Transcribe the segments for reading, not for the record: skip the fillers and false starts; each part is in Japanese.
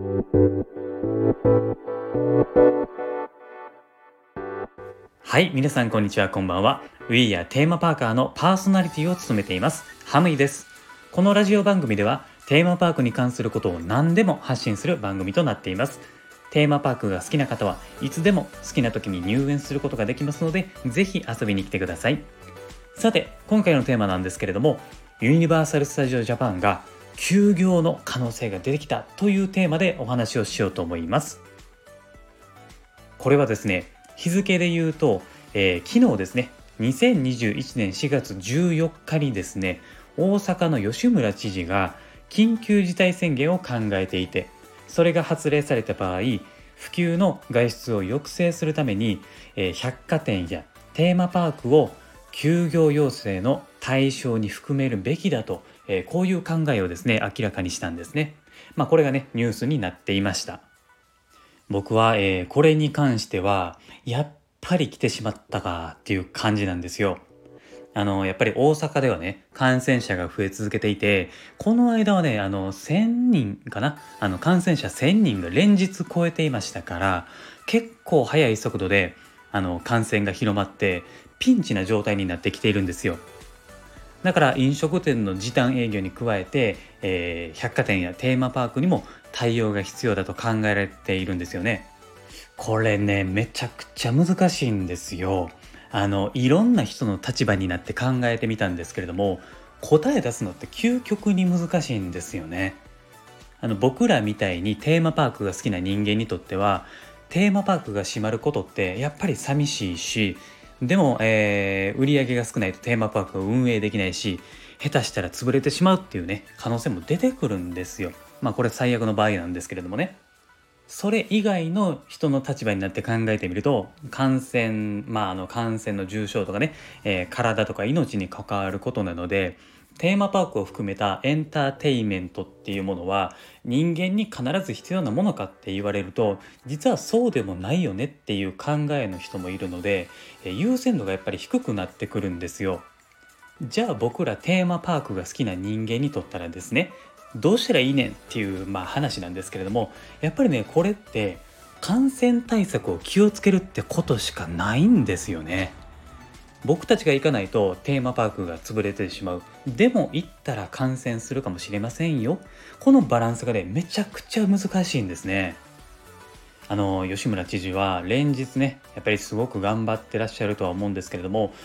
はい、皆さんこんにちは、こんばんは。We are テーマパーカーのパーソナリティを務めていますハムイです。このラジオ番組ではテーマパークに関することを何でも発信する番組となっています。テーマパークが好きな方はいつでも好きな時に入園することができますので、ぜひ遊びに来てください。さて、今回のテーマなんですけれども、ユニバーサル・スタジオ・ジャパンが休業の可能性が出てきたというテーマでお話をしようと思います。これはですね、日付で言うと、昨日ですね、2021年4月14日にですね、大阪の吉村知事が緊急事態宣言を考えていて、それが発令された場合、普及の外出を抑制するために、百貨店やテーマパークを休業要請の対象に含めるべきだと、こういう考えをですね、明らかにしたんですね。これがね、ニュースになっていました。僕は、これに関してはやっぱり来てしまったかっていう感じなんですよ。やっぱり大阪ではね、感染者が増え続けていて、この間はね、1000人かな、感染者1000人が連日超えていましたから、結構速い速度で感染が広まってピンチな状態になってきているんですよ。だから飲食店の時短営業に加えて、百貨店やテーマパークにも対応が必要だと考えられているんですよね。これね、めちゃくちゃ難しいんですよ。いろんな人の立場になって考えてみたんですけれども、答え出すのって究極に難しいんですよね。僕らみたいにテーマパークが好きな人間にとっては、テーマパークが閉まることってやっぱり寂しいし、でも、売り上げが少ないとテーマパークが運営できないし、下手したら潰れてしまうっていうね、可能性も出てくるんですよ。これ最悪の場合なんですけれどもね。それ以外の人の立場になって考えてみると、感染の重症とかね、体とか命に関わることなので、テーマパークを含めたエンターテインメントっていうものは人間に必ず必要なものかって言われると、実はそうでもないよねっていう考えの人もいるので、優先度がやっぱり低くなってくるんですよ。じゃあ僕らテーマパークが好きな人間にとったらですね、どうしたらいいねんっていう、話なんですけれども、やっぱりね、これって感染対策を気をつけるってことしかないんですよね。僕たちが行かないとテーマパークが潰れてしまう。でも行ったら感染するかもしれませんよ。このバランスがね、めちゃくちゃ難しいんですね。吉村知事は連日ね、やっぱりすごく頑張ってらっしゃるとは思うんですけれども、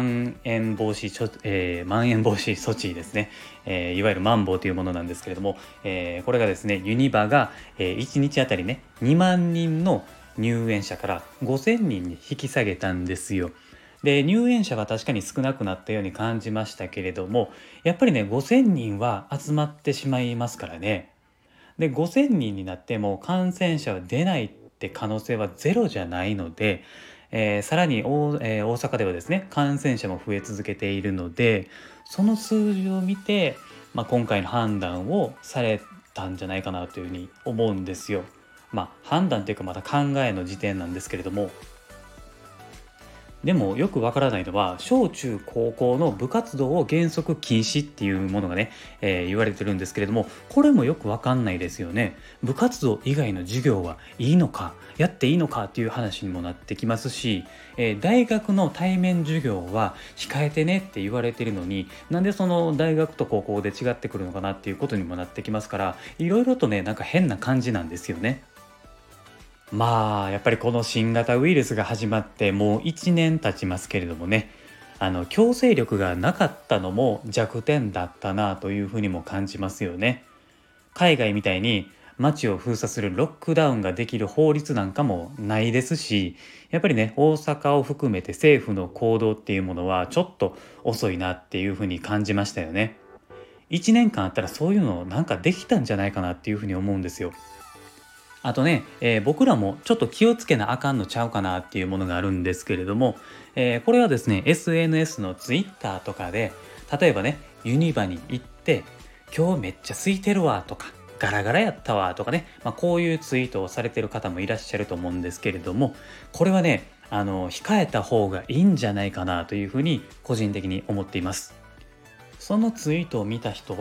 まん延防止措置ですね、いわゆるマンボウというものなんですけれども、これがですね、ユニバが、1日あたりね、2万人の入園者から5000人に引き下げたんですよ。で、入園者は確かに少なくなったように感じましたけれども、やっぱりね、5000人は集まってしまいますからね。で、5000人になっても感染者は出ないって可能性はゼロじゃないので、さらに大阪ではですね、感染者も増え続けているので、その数字を見て、今回の判断をされたんじゃないかなというふうに思うんですよ。判断というかまだ考えの時点なんですけれども、でもよくわからないのは、小中高校の部活動を原則禁止っていうものがね、言われてるんですけれども、これもよくわかんないですよね。部活動以外の授業はいいのか、やっていいのかっていう話にもなってきますし、大学の対面授業は控えてねって言われてるのに、なんでその大学と高校で違ってくるのかなっていうことにもなってきますから、いろいろとね、なんか変な感じなんですよね。やっぱりこの新型ウイルスが始まってもう1年経ちますけれどもね、強制力がなかったのも弱点だったなというふうにも感じますよね。海外みたいに街を封鎖するロックダウンができる法律なんかもないですし、やっぱりね、大阪を含めて政府の行動っていうものはちょっと遅いなっていうふうに感じましたよね。1年間あったらそういうのなんかできたんじゃないかなっていうふうに思うんですよ。あとね、僕らもちょっと気をつけなあかんのちゃうかなっていうものがあるんですけれども、これはですね、SNS の Twitter とかで、例えばね、ユニバに行って、今日めっちゃ空いてるわとか、ガラガラやったわとかね、こういうツイートをされてる方もいらっしゃると思うんですけれども、これはね、控えた方がいいんじゃないかなというふうに個人的に思っています。そのツイートを見た人は、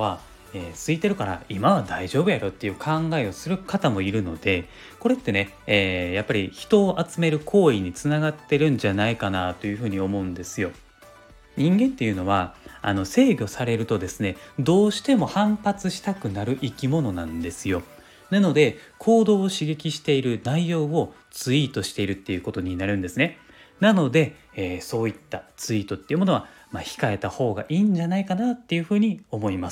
空いてるから今は大丈夫やろっていう考えをする方もいるので、これってね、やっぱり人を集める行為につながってるんじゃないかなというふうに思うんですよ。人間っていうのは制御されるとですね、どうしても反発したくなる生き物なんですよ。なので行動を刺激している内容をツイートしているっていうことになるんですね。なので、そういったツイートっていうものは、控えた方がいいんじゃないかなっていうふうに思います。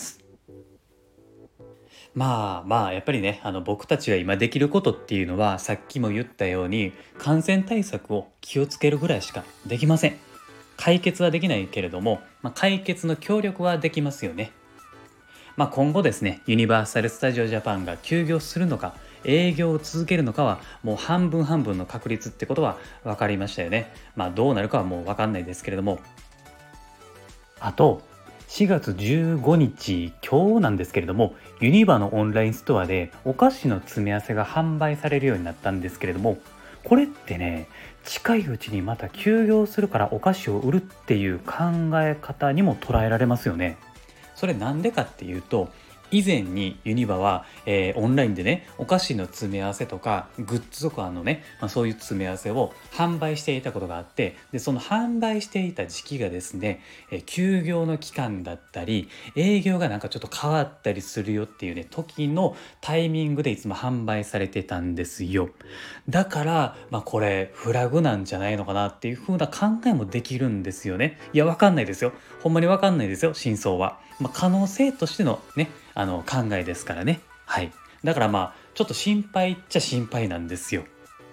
やっぱりね、僕たちが今できることっていうのは、さっきも言ったように感染対策を気をつけるぐらいしかできません。解決はできないけれども、解決の協力はできますよね。今後ですね、ユニバーサル・スタジオ・ジャパンが休業するのか、営業を続けるのかは、もう半分半分の確率ってことは分かりましたよね。どうなるかはもう分かんないですけれども、あと、4月15日、今日なんですけれども、ユニバのオンラインストアでお菓子の詰め合わせが販売されるようになったんですけれども、これってね、近いうちにまた休業するからお菓子を売るっていう考え方にも捉えられますよね。それなんでかっていうと、以前にユニバは、オンラインでね、お菓子の詰め合わせとかグッズとかのね、そういう詰め合わせを販売していたことがあって、でその販売していた時期がですね、休業の期間だったり営業がなんかちょっと変わったりするよっていうね時のタイミングでいつも販売されてたんですよ。だから、これフラグなんじゃないのかなっていう風な考えもできるんですよね。いや、わかんないですよ。ほんまにわかんないですよ、真相は。可能性としてのね、考えですからね。はい。だからちょっと心配っちゃ心配なんですよ。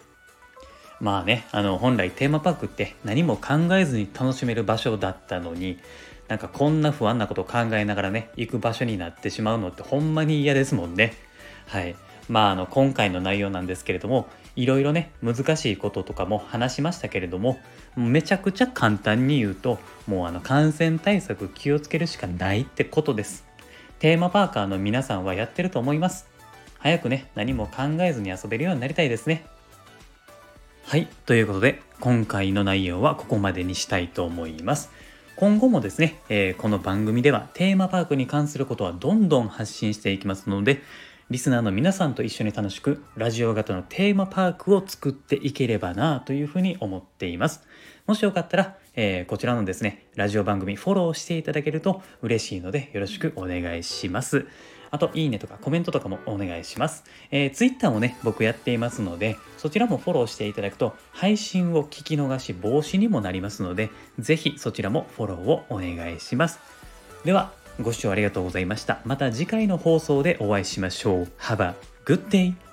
本来テーマパークって何も考えずに楽しめる場所だったのに、なんかこんな不安なことを考えながらね、行く場所になってしまうのってほんまに嫌ですもんね。はい。今回の内容なんですけれども、いろいろね、難しいこととかも話しましたけれども、めちゃくちゃ簡単に言うと、もう感染対策気をつけるしかないってことです。テーマパーカーの皆さんはやってると思います。早くね、何も考えずに遊べるようになりたいですね。はい、ということで今回の内容はここまでにしたいと思います。今後もですね、この番組ではテーマパークに関することはどんどん発信していきますので、リスナーの皆さんと一緒に楽しくラジオ型のテーマパークを作っていければなというふうに思っています。もしよかったら、こちらのですねラジオ番組フォローしていただけると嬉しいのでよろしくお願いします。あと、いいねとかコメントとかもお願いします。Twitter もね、僕やっていますので、そちらもフォローしていただくと、配信を聞き逃し防止にもなりますので、ぜひそちらもフォローをお願いします。では、ご視聴ありがとうございました。また次回の放送でお会いしましょう。Have a good day!